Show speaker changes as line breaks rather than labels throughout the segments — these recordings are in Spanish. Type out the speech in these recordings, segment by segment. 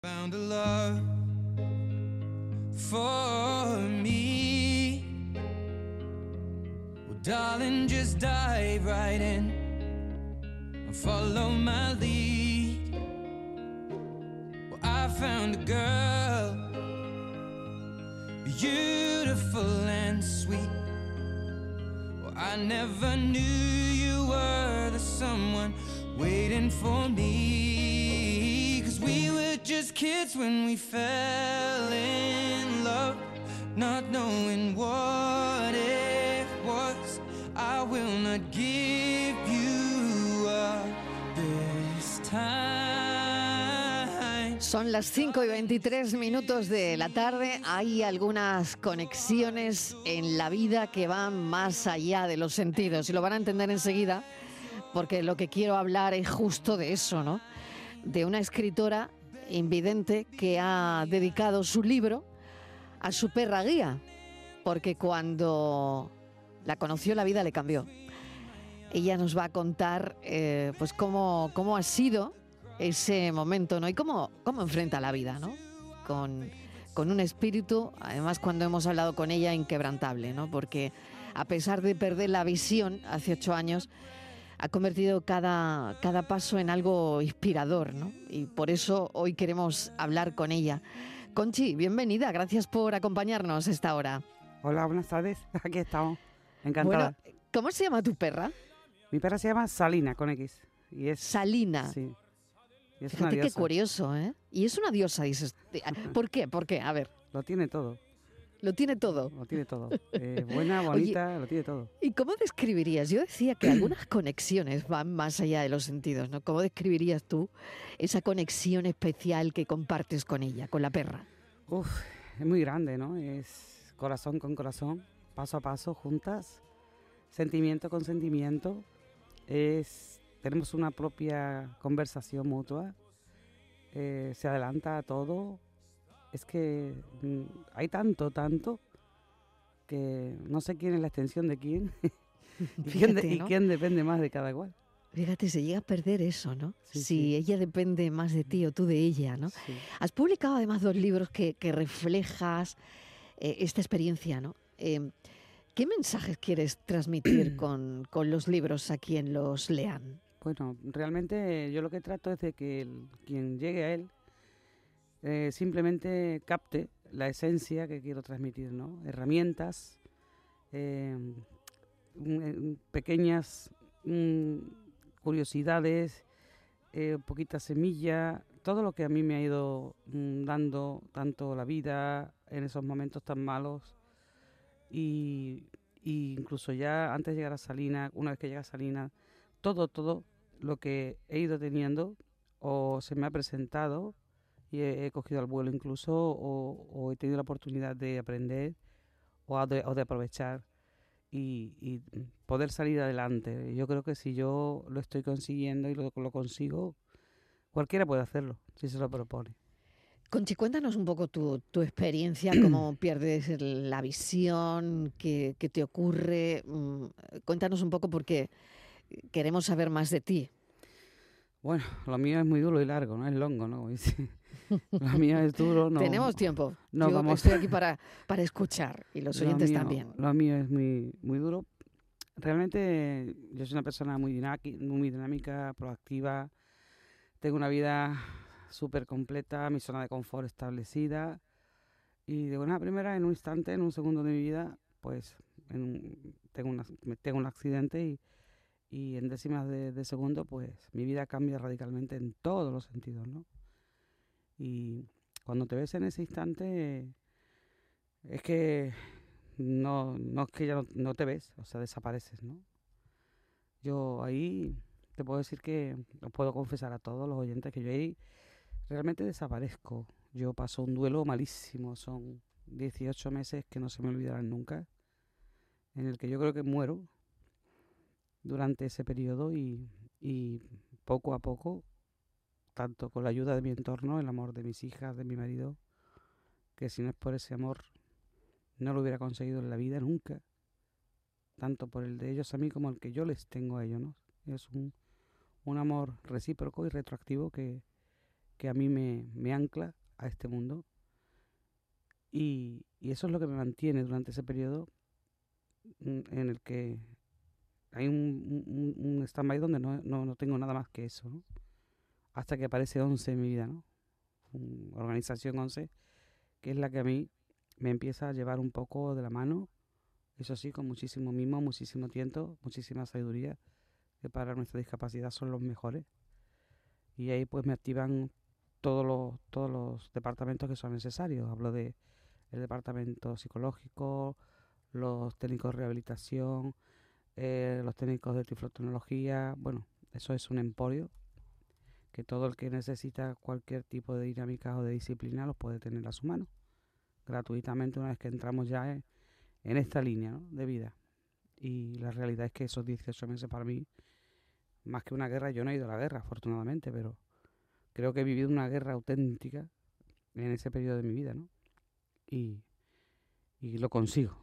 Found a love for me. Well, darling, just dive right in and follow my lead. Well, I found a girl, beautiful and sweet. Well, I never knew you were the someone waiting for me. 'Cause we were just kids when we fell in love, not knowing what it was. I will not give you up this time.
Son las 5:23 de la tarde. Hay algunas conexiones en la vida que van más allá de los sentidos y lo van a entender enseguida, porque lo que quiero hablar es justo de eso, ¿no? De una escritora invidente que ha dedicado su libro a su perra guía, porque cuando la conoció la vida le cambió. Ella nos va a contar pues cómo ha sido ese momento, ¿no? Y cómo enfrenta la vida, ¿no? Con un espíritu, además cuando hemos hablado con ella, inquebrantable, ¿no? Porque a pesar de perder la visión hace 8 años, ha convertido cada paso en algo inspirador, ¿no? Y por eso hoy queremos hablar con ella. Conchi, bienvenida, gracias por acompañarnos a esta hora.
Hola, buenas tardes, aquí estamos, encantada.
Bueno, ¿cómo se llama tu perra?
Mi perra se llama Salina, con X. Y es,
Salina.
Sí. Y es una
Fíjate qué
diosa.
curioso, ¿eh? Y es una diosa, dices. ¿Por qué? ¿Por qué? A ver,
Lo tiene todo,
lo tiene todo.
lo tiene todo. Buena, bonita, lo tiene todo.
¿Y cómo describirías? Yo decía que algunas conexiones van más allá de los sentidos, ¿no? ¿Cómo describirías tú esa conexión especial que compartes con ella, con la perra?
Uf, es muy grande, ¿no? Es corazón con corazón, paso a paso, juntas, sentimiento con sentimiento. Tenemos una propia conversación mutua, se adelanta a todo. Es que hay tanto, que no sé quién es la extensión de quién
Fíjate,
y
¿no?
quién depende más de cada cual.
Fíjate, se llega a perder eso, ¿no?
Sí,
Si
sí.
ella depende más de ti o tú de ella, ¿no?
Sí.
Has publicado además 2 libros que reflejas esta experiencia, ¿no? ¿Qué mensajes quieres transmitir con los libros a quien los lean?
Bueno, realmente yo lo que trato es de que quien llegue a él simplemente capte la esencia que quiero transmitir, ¿no? Herramientas, eh, pequeñas curiosidades, poquita semilla, todo lo que a mí me ha ido dando tanto la vida en esos momentos tan malos y incluso ya antes de llegar a Salina, una vez que llega a Salina, todo lo que he ido teniendo o se me ha presentado y he cogido al vuelo incluso o he tenido la oportunidad de aprender o de aprovechar y poder salir adelante. Yo creo que si yo lo estoy consiguiendo y lo consigo, cualquiera puede hacerlo si se lo propone.
Conchi, cuéntanos un poco tu experiencia, cómo pierdes la visión, qué te ocurre. Cuéntanos un poco porque queremos saber más de ti.
Bueno, lo mío es muy duro y largo, no es longo, ¿no? Lo mío es duro, no.
Tenemos tiempo.
No
Yo
vamos.
estoy aquí para escuchar y los oyentes también.
Lo mío es muy, muy duro. Realmente yo soy una persona muy dinámica, proactiva. Tengo una vida súper completa, mi zona de confort establecida. Y de buena primera, en un instante, en un segundo de mi vida, pues tengo un accidente y en décimas de segundo, pues mi vida cambia radicalmente en todos los sentidos, ¿no? Y cuando te ves en ese instante, es que no es que ya no te ves, o sea, desapareces, ¿no? Yo ahí te puedo decir que os puedo confesar a todos los oyentes que yo ahí realmente desaparezco. Yo paso un duelo malísimo, son 18 meses que no se me olvidarán nunca, en el que yo creo que muero durante ese periodo y poco a poco, tanto con la ayuda de mi entorno, el amor de mis hijas, de mi marido, que si no es por ese amor no lo hubiera conseguido en la vida nunca, tanto por el de ellos a mí como el que yo les tengo a ellos, ¿no? Es un amor recíproco y retroactivo que que a mí me ancla a este mundo. Y eso es lo que me mantiene durante ese periodo en el que hay un stand-by donde no tengo nada más que eso, ¿no? Hasta que aparece 11 en mi vida, ¿no? Organización 11, que es la que a mí me empieza a llevar un poco de la mano, eso sí, con muchísimo mimo, muchísimo tiento, muchísima sabiduría, que para nuestra discapacidad son los mejores. Y ahí pues me activan todos los departamentos que son necesarios. Hablo de el departamento psicológico, los técnicos de rehabilitación, los técnicos de tiflotecnología. Bueno, eso es un emporio que todo el que necesita cualquier tipo de dinámica o de disciplina los puede tener a su mano, gratuitamente, una vez que entramos ya en esta línea, ¿no?, de vida. Y la realidad es que esos 18 meses para mí, más que una guerra, yo no he ido a la guerra, afortunadamente, pero creo que he vivido una guerra auténtica en ese periodo de mi vida, ¿no? Y lo consigo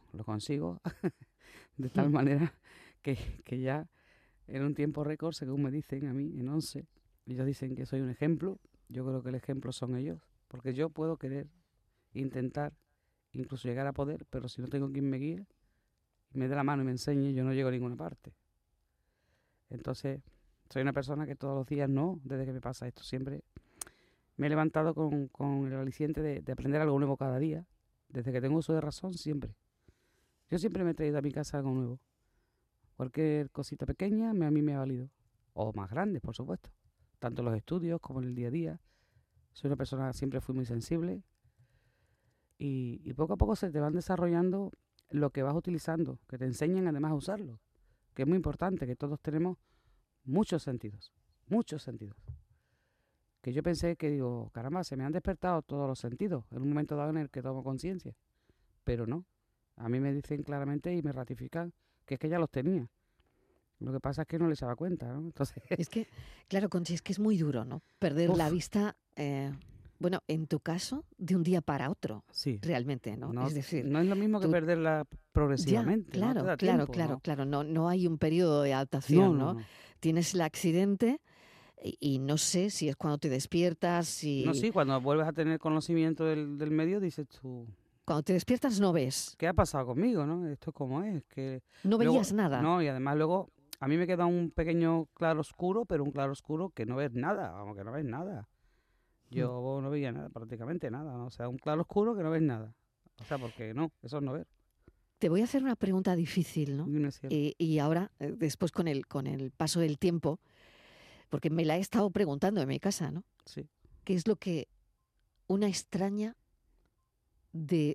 de tal manera que ya en un tiempo récord, según me dicen a mí, en 11, ellos dicen que soy un ejemplo. Yo creo que el ejemplo son ellos, porque yo puedo querer, intentar, incluso llegar a poder, pero si no tengo quien me guíe, me dé la mano y me enseñe, yo no llego a ninguna parte. Entonces, soy una persona que todos los días, desde que me pasa esto, siempre me he levantado con el aliciente de aprender algo nuevo cada día. Desde que tengo uso de razón, siempre. Yo siempre me he traído a mi casa algo nuevo. Cualquier cosita pequeña a mí me ha valido. O más grande, por supuesto. Tanto en los estudios como en el día a día. Soy una persona, siempre fui muy sensible. Y poco a poco se te van desarrollando lo que vas utilizando, que te enseñan además a usarlo. Que es muy importante, que todos tenemos muchos sentidos. Muchos sentidos. Que yo pensé que digo, caramba, se me han despertado todos los sentidos en un momento dado en el que tomo conciencia. Pero no. A mí me dicen claramente y me ratifican que es que ya los tenía. Lo que pasa es que no les daba cuenta, ¿no? Entonces...
Es que, claro, Conchi, es que es muy duro, ¿no? Perder la vista, bueno, en tu caso, de un día para otro.
Sí.
Realmente, ¿no? Es decir...
No es lo mismo que perderla progresivamente.
Ya, claro,
¿no?
Claro. No hay un periodo de adaptación, ¿no? Tienes el accidente... Y no sé si es cuando te despiertas,
No, sí, cuando vuelves a tener conocimiento del medio, dices tú...
Cuando te despiertas no ves.
¿Qué ha pasado conmigo, no? Esto cómo es, que...
No veías nada.
No, y además luego a mí me queda un pequeño claro oscuro, pero un claro oscuro que no ves nada, vamos, que no ves nada. Yo no veía nada, prácticamente nada, ¿no? O sea, un claro oscuro que no ves nada. O sea, porque no, eso es no ver.
Te voy a hacer una pregunta difícil, ¿no? Y ahora, después con el paso del tiempo... Porque me la he estado preguntando en mi casa, ¿no?
Sí.
¿Qué es lo que una extraña de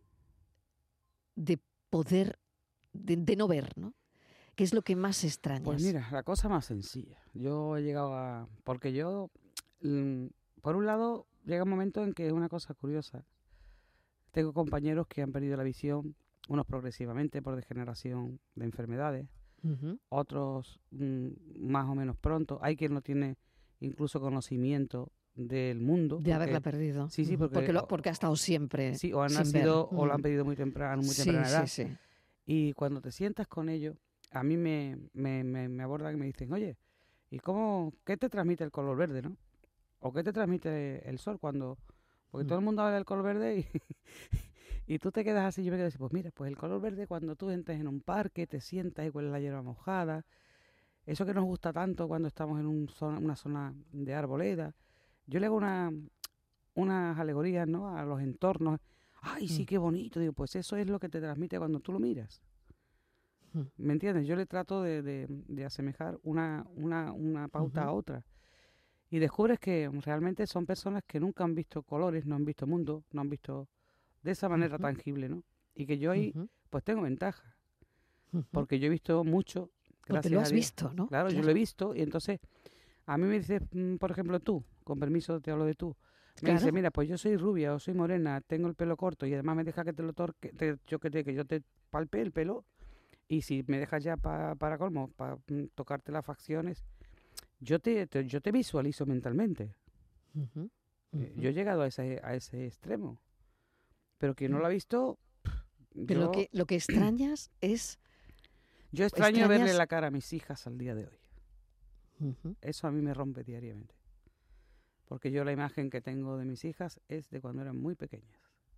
poder, de no ver, ¿no? ¿Qué es lo que más extrañas?
Pues mira, la cosa más sencilla. Yo he llegado a... Porque yo, por un lado, llega un momento en que es una cosa curiosa. Tengo compañeros que han perdido la visión, unos progresivamente por degeneración de enfermedades, otros más o menos pronto. Hay quien no tiene incluso conocimiento del mundo.
De haberla perdido.
Sí,
porque ha estado siempre.
Sí, o han nacido o lo han perdido muy temprana edad.
Sí.
Y cuando te sientas con ellos, a mí me abordan y me dicen, oye, ¿y qué te transmite el color verde, no? ¿O qué te transmite el sol cuando...? Porque todo el mundo habla del color verde y tú te quedas así. Yo me quedo así, pues mira, pues el color verde cuando tú entras en un parque, te sientas y hueles la hierba mojada, eso que nos gusta tanto cuando estamos en una zona de arboleda. Yo le hago unas alegorías, ¿no?, a los entornos. ¡Ay, sí, qué bonito! Digo, pues eso es lo que te transmite cuando tú lo miras. ¿Me entiendes? Yo le trato de asemejar una pauta a otra. Y descubres que realmente son personas que nunca han visto colores, no han visto mundo, no han visto de esa manera tangible, ¿no? Y que yo ahí, pues tengo ventaja. Porque yo he visto mucho, gracias
porque lo has
a Dios.
Visto, ¿no?
Claro, yo lo he visto y entonces a mí me dices, por ejemplo, tú, con permiso te hablo de tú, me dices, mira, pues yo soy rubia o soy morena, tengo el pelo corto y además me deja que te lo torque, que yo te palpe el pelo y si me dejas ya para colmo, para tocarte las facciones, yo te visualizo mentalmente. Yo he llegado a ese extremo. Pero quien no lo ha visto...
Pero lo que extrañas es...
Yo extraño verle la cara a mis hijas al día de hoy. Eso a mí me rompe diariamente. porque yo la imagen que tengo de mis hijas es de cuando eran muy pequeñas.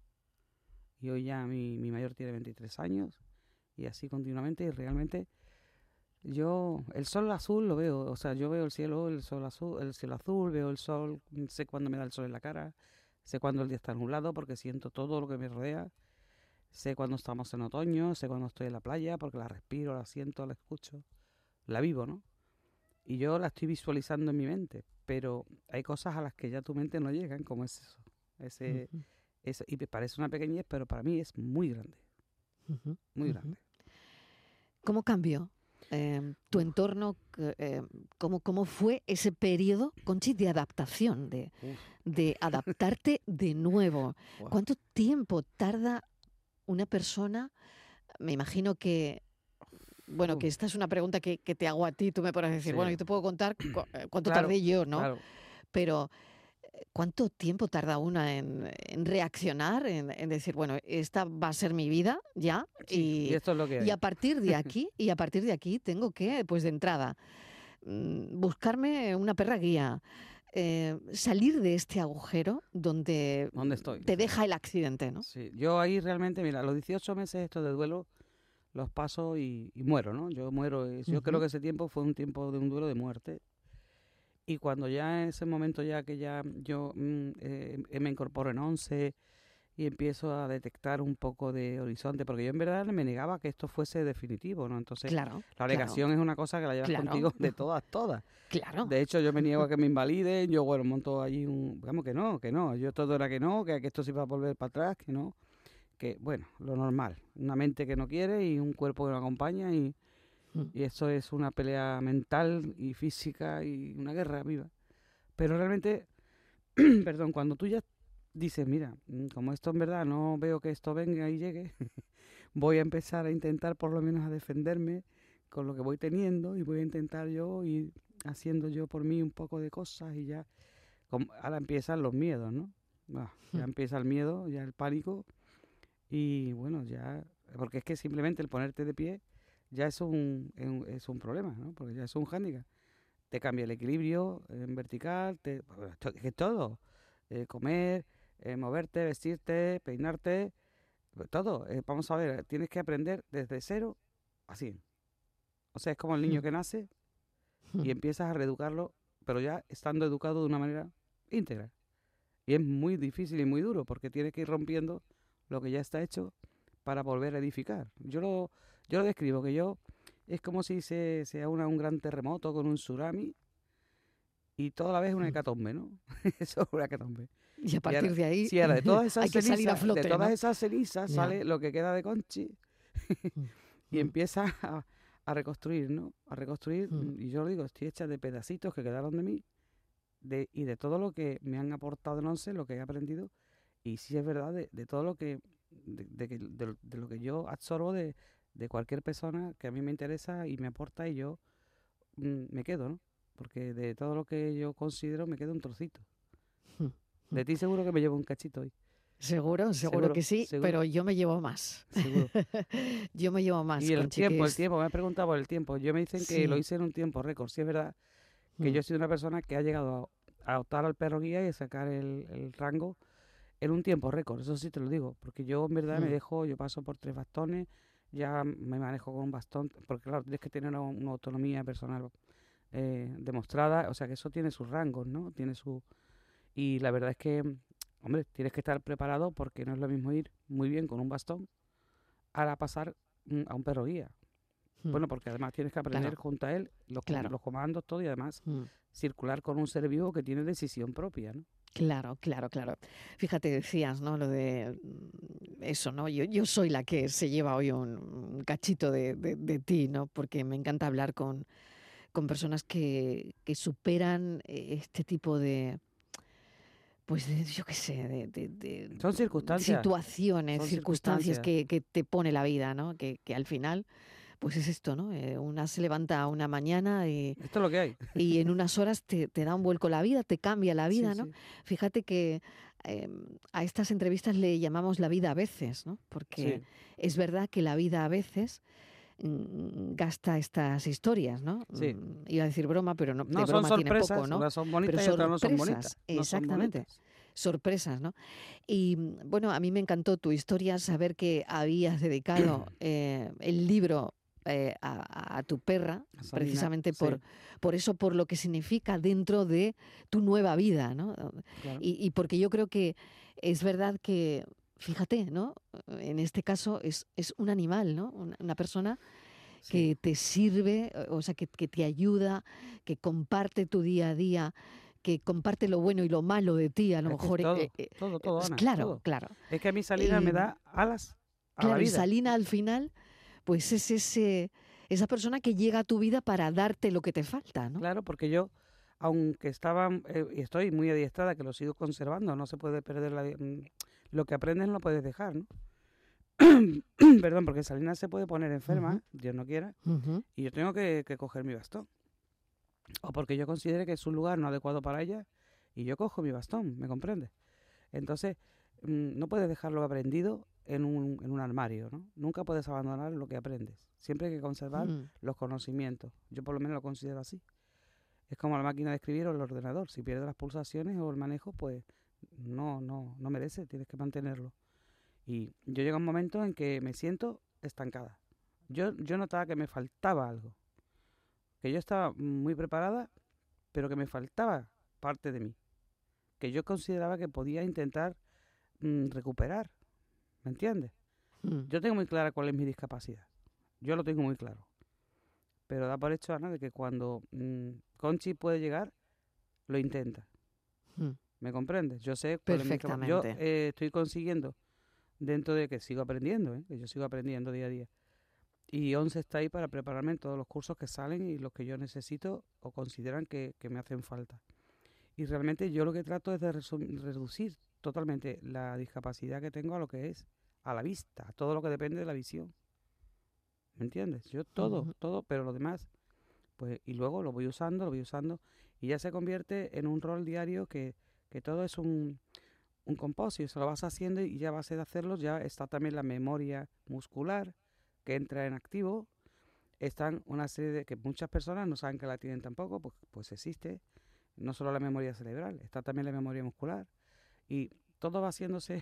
Y hoy ya mi mayor tiene 23 años y así continuamente, y realmente yo el sol azul lo veo, o sea, yo veo el cielo, el cielo azul, veo el sol, sé cuándo me da el sol en la cara, sé cuándo el día está nublado porque siento todo lo que me rodea, sé cuándo estamos en otoño, sé cuándo estoy en la playa porque la respiro, la siento, la escucho, la vivo, ¿no? Y yo la estoy visualizando en mi mente, pero hay cosas a las que ya tu mente no llegan, como es eso,
Ujú,
y me parece una pequeñez, pero para mí es muy grande,
ujú,
muy
ujú.
grande.
¿Cómo cambió tu
Uf,
entorno? ¿Cómo fue ese periodo, Conchi, de adaptación,
uf,
de adaptarte de nuevo?
uf,
¿Cuánto tiempo tarda una persona? Me imagino que, bueno, que
uf,
esta es una pregunta que te hago a ti, tú me podrás decir,
sí,
bueno, yo te puedo contar cuánto
claro,
tardé yo, ¿no?
claro.
Pero ¿cuánto tiempo tarda una en reaccionar, en decir, bueno, esta va a ser mi vida ya
Sí, y esto es lo que
y
hay.
a partir de aquí, tengo que, pues de entrada, buscarme una perra guía, salir de este agujero donde
¿Dónde estoy?
te
Sí.
deja el accidente, ¿no?
Sí, yo ahí realmente, mira, los 18 meses estos de duelo los paso y muero, ¿no? Yo muero. Yo creo
Ujú,
que ese tiempo fue un tiempo de un duelo de muerte. Y cuando ya en ese momento ya que ya yo me incorporo en 11 y empiezo a detectar un poco de horizonte, porque yo en verdad me negaba que esto fuese definitivo, ¿no? Entonces,
claro,
la
claro,
negación es una cosa que la llevas
claro,
contigo de todas, todas.
claro.
De hecho, yo me niego a que me invaliden, yo, bueno, monto allí vamos, que no, yo todo era que no, que esto se iba a volver para atrás, que no, que, bueno, lo normal, una mente que no quiere y un cuerpo que no acompaña
Mm,
y eso es una pelea mental y física y una guerra viva. Pero realmente, perdón, cuando tú ya dices, mira, como esto en verdad no veo que esto venga y llegue, voy a empezar a intentar por lo menos a defenderme con lo que voy teniendo y voy a intentar yo ir haciendo yo por mí un poco de cosas y ya, ahora empiezan los miedos, ¿no? Ya
mm,
empieza el miedo, ya el pánico y bueno, ya, porque es que simplemente el ponerte de pie ya es un problema, ¿no? Porque ya es un hándicap. Te cambia el equilibrio en vertical, es que todo, comer, moverte, vestirte, peinarte, todo. Vamos a ver, tienes que aprender desde 0 a 100. O sea, es como el niño
mm,
que nace y
mm.
empiezas a reeducarlo, pero ya estando educado de una manera íntegra. Y es muy difícil y muy duro porque tienes que ir rompiendo lo que ya está hecho para volver a edificar. Yo lo describo que yo es como si se aúna un gran terremoto con un tsunami y toda la vez una
Mm.
hecatombe, ¿no? Eso es una hecatombe.
Y a
Y ahora,
partir de ahí
sí, ahora
hay que salir a
de
flote,
todas
¿no?
esas cenizas
Ya.
sale lo que queda de Conchi
Mm,
y
mm,
empieza a reconstruir, ¿no? A reconstruir,
mm,
y yo lo digo, estoy hecha de pedacitos que quedaron de mí y de todo lo que me han aportado, no sé, lo que he aprendido. Y sí es verdad de todo lo que, de lo que yo absorbo de cualquier persona que a mí me interesa y me aporta y yo me quedo, ¿no? Porque de todo lo que yo considero me queda un trocito.
mm, mm.
De ti seguro que me llevo un cachito hoy.
Seguro, seguro
Seguro,
que sí,
seguro,
pero yo me llevo más.
seguro.
Yo me llevo más,
Y
Conchi, que
el
es...
tiempo, me han preguntado por el tiempo. Yo me dicen que lo
Sí.
hice en un tiempo récord. Sí es verdad que
Mm,
yo soy una persona que ha llegado a optar al perro guía y a sacar el rango en un tiempo récord. Eso sí te lo digo. Porque yo en verdad me
mm,
dejo, yo paso por 3 bastones, ya me manejo con un bastón. Porque claro, tienes que tener una autonomía personal demostrada. O sea que eso tiene sus rangos, ¿no? Tiene su... Y la verdad es que, hombre, tienes que estar preparado porque no es lo mismo ir muy bien con un bastón a pasar a un perro guía.
mm.
Bueno, porque además tienes que aprender
Claro,
junto a él
claro.
los comandos, todo y además
Mm.
circular con un ser vivo que tiene decisión propia, ¿no?
Claro, claro, claro. Fíjate, decías, ¿no? Lo de eso, ¿no? Yo soy la que se lleva hoy un cachito de ti, ¿no? Porque me encanta hablar con personas que superan este tipo de, pues, yo qué sé, de
Son circunstancias,
situaciones,
son
circunstancias
circunstancias.
que te pone la vida, ¿no? Que al final, pues es esto, ¿no? Una se levanta una mañana
Esto es lo que hay.
y en unas horas te da un vuelco la vida, te cambia la
Sí,
vida, ¿no?
sí,
Fíjate que a estas entrevistas le llamamos la vida a veces, ¿no? Porque
sí,
es verdad que la vida a veces gasta estas historias, ¿no?
Sí.
Iba a decir broma, pero no, de
No, son
broma tiene
sorpresas,
poco, ¿no?
unas son bonitas
Pero
y otras no son
sorpresas,
bonitas. No son
exactamente.
bonitas.
Sorpresas, ¿no? Y bueno, a mí me encantó tu historia, saber que habías dedicado el libro a tu perra,
A Salina,
precisamente
sí,
por eso, por lo que significa dentro de tu nueva vida, ¿no?
claro.
Y porque yo creo que es verdad que, fíjate, ¿no? En este caso es un animal, ¿no? Una persona
Sí.
que te sirve, o sea, que te ayuda, que comparte tu día a día, que comparte lo bueno y lo malo de ti, a lo
Es que
mejor.
todo,
Pues
Ana,
claro,
todo.
claro.
Es que a mí Salina me
Y,
da alas a la
claro, y
vida.
Salina al final, pues es esa persona que llega a tu vida para darte lo que te falta, ¿no?
Claro, porque yo, aunque estaba y estoy muy adiestrada, que lo sigo conservando, no se puede perder lo que aprendes no lo puedes dejar, ¿no? Perdón, porque Salina se puede poner enferma,
Ujú,
Dios no quiera,
ujú,
y yo tengo que coger mi bastón. O porque yo considere que es un lugar no adecuado para ella, y yo cojo mi bastón, ¿me comprendes? Entonces, no puedes dejarlo aprendido en un armario, ¿no? Nunca puedes abandonar lo que aprendes. Siempre hay que conservar
mm,
los conocimientos. Yo por lo menos lo considero así. Es como la máquina de escribir o el ordenador. Si pierdes las pulsaciones o el manejo, pues no merece, tienes que mantenerlo. Y yo llego a un momento en que me siento estancada. Yo notaba que me faltaba algo. Que yo estaba muy preparada, pero que me faltaba parte de mí. Que yo consideraba que podía intentar recuperar. ¿Me entiendes?
mm,
Yo tengo muy clara cuál es mi discapacidad. Yo lo tengo muy claro. Pero da por hecho, Ana, de que cuando Conchi puede llegar, lo intenta.
mm.
¿Me comprendes? Yo sé cuál es mi discapacidad. Yo
Perfectamente.
estoy consiguiendo, dentro de que sigo aprendiendo, que yo sigo aprendiendo día a día. Y 11 está ahí para prepararme en todos los cursos que salen y los que yo necesito o consideran que me hacen falta. Y realmente yo lo que trato es de reducir totalmente la discapacidad que tengo a lo que es a la vista, a todo lo que depende de la visión. ¿Me entiendes? Yo
Ujú,
todo, pero lo demás, pues, y luego lo voy usando, y ya se convierte en un rol diario que todo es un composio, se lo vas haciendo y ya a base de hacerlo ya está también la memoria muscular que entra en activo. Están una serie de que muchas personas no saben que la tienen tampoco, pues existe. No solo la memoria cerebral, está también la memoria muscular. Y todo va haciéndose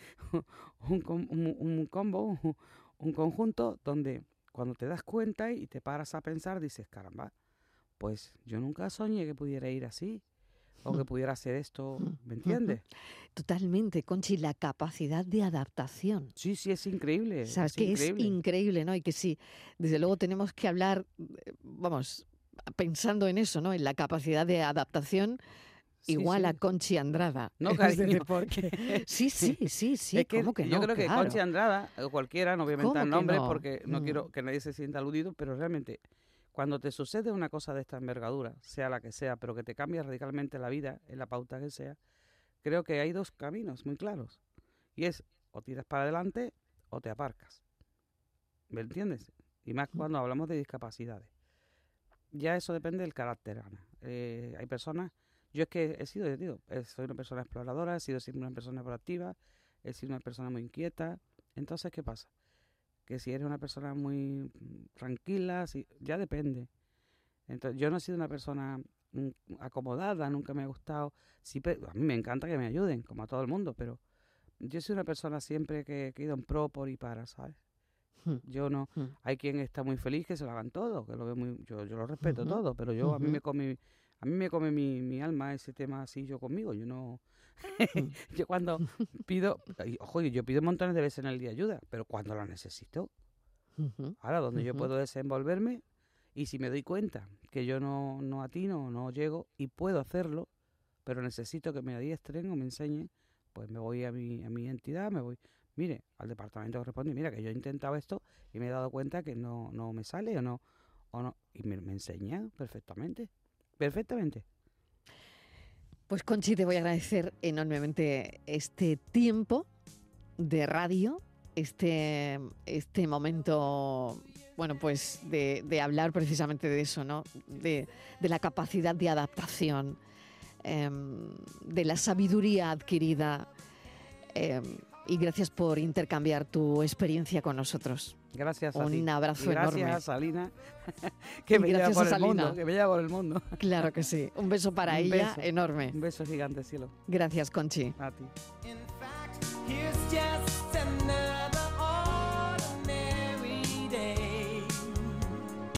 un combo, un conjunto donde cuando te das cuenta y te paras a pensar, dices, caramba, pues yo nunca soñé que pudiera ir así o que
mm,
pudiera hacer esto, ¿me
mm, ujú.
entiendes?
Totalmente, Conchi, la capacidad de adaptación.
Sí, sí, es increíble,
Sabes
es
que es
increíble.
increíble, ¿no? Y que sí, desde luego tenemos que hablar, vamos, pensando en eso, ¿no? En la capacidad de adaptación
Sí,
igual a
sí.
Conchi Andrada.
No,
Es
cariño.
decir, porque sí, sí, sí, sí,
Es que
¿cómo que
yo
no?
creo que Conchi
Claro.
Andrada, o cualquiera, no voy a inventar
¿Cómo que
nombres
no?
porque no quiero que nadie se sienta aludido, pero realmente cuando te sucede una cosa de esta envergadura, sea la que sea, pero que te cambia radicalmente la vida, en la pauta que sea, creo que hay dos caminos muy claros. Y es o tiras para adelante o te aparcas. ¿Me entiendes? Y más cuando hablamos de discapacidades. Ya eso depende del carácter, Ana. Hay personas, yo es que he sido, yo digo, soy una persona exploradora, he sido siempre una persona proactiva, he sido una persona muy inquieta. Entonces, ¿qué pasa? Que si eres una persona muy tranquila, ya depende. Entonces, yo no he sido una persona acomodada, nunca me ha gustado. Sí, a mí me encanta que me ayuden, como a todo el mundo, pero yo soy una persona siempre que he ido en pro, por y para, ¿sabes?
Mm,
Yo no,
mm,
hay quien está muy feliz que se lo hagan todo, que lo ve muy, yo lo respeto
ujú,
todo, pero a mí
ujú,
me come mi alma ese tema así yo conmigo, yo no,
mm,
yo cuando pido, ojo, yo pido montones de veces en el día ayuda, pero cuando la necesito,
ujú,
ahora donde yo
ujú.
puedo desenvolverme y si me doy cuenta que yo no atino, no llego y puedo hacerlo, pero necesito que me adiestren o me enseñen, pues me voy a mi entidad, me voy, mire, al departamento que responde, mira que yo he intentado esto y me he dado cuenta que no me sale o no, y me enseña perfectamente, perfectamente.
Pues Conchi, te voy a agradecer enormemente este tiempo de radio, este momento, bueno, pues de hablar precisamente de eso, ¿no? De la capacidad de adaptación, de la sabiduría adquirida, em, y gracias por intercambiar tu experiencia con nosotros.
Gracias a ti.
Un abrazo enorme.
Gracias a Salina, que me lleva por el mundo, que me lleva por el mundo.
Claro que sí. Un beso para ella enorme.
Un beso gigante, cielo.
Gracias, Conchi.
A ti.